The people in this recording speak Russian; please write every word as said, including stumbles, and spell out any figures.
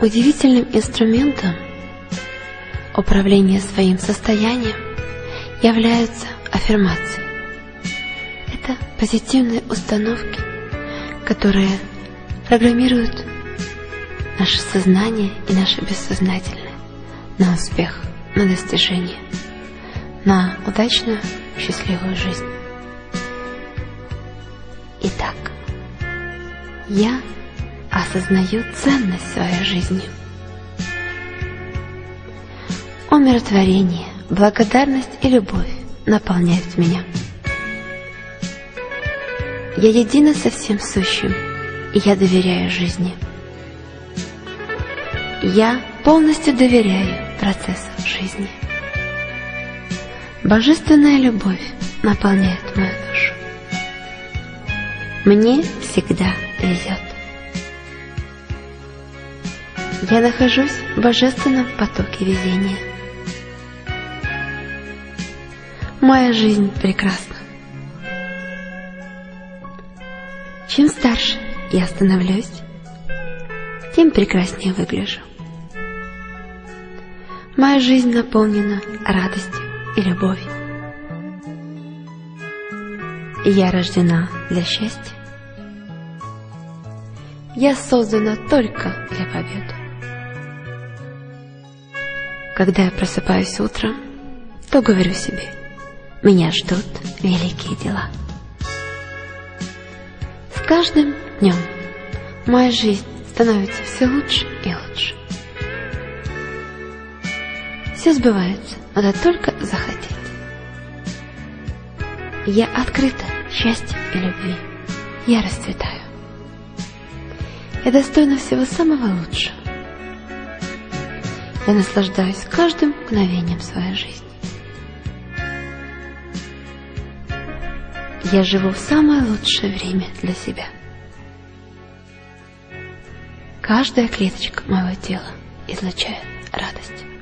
Удивительным инструментом управления своим состоянием являются аффирмации. Это позитивные установки, которые программируют наше сознание и наше бессознательное на успех, на достижение, на удачную, счастливую жизнь. Итак, я осознаю ценность своей жизни. Умиротворение, благодарность и любовь наполняют меня. Я едина со всем сущим, и я доверяю жизни. Я полностью доверяю процессу жизни. Божественная любовь наполняет мою душу. Мне всегда везет. Я нахожусь в божественном потоке везения. Моя жизнь прекрасна. Чем старше я становлюсь, тем прекраснее выгляжу. Моя жизнь наполнена радостью и любовью. И я рождена для счастья. Я создана только для победы. Когда я просыпаюсь утром, то говорю себе: меня ждут великие дела. С каждым днем моя жизнь становится все лучше и лучше. Все сбывается, надо только захотеть. Я открыта счастью и любви. Я расцветаю. Я достойна всего самого лучшего. Я наслаждаюсь каждым мгновением своей жизни. Я живу в самое лучшее время для себя. Каждая клеточка моего тела излучает радость.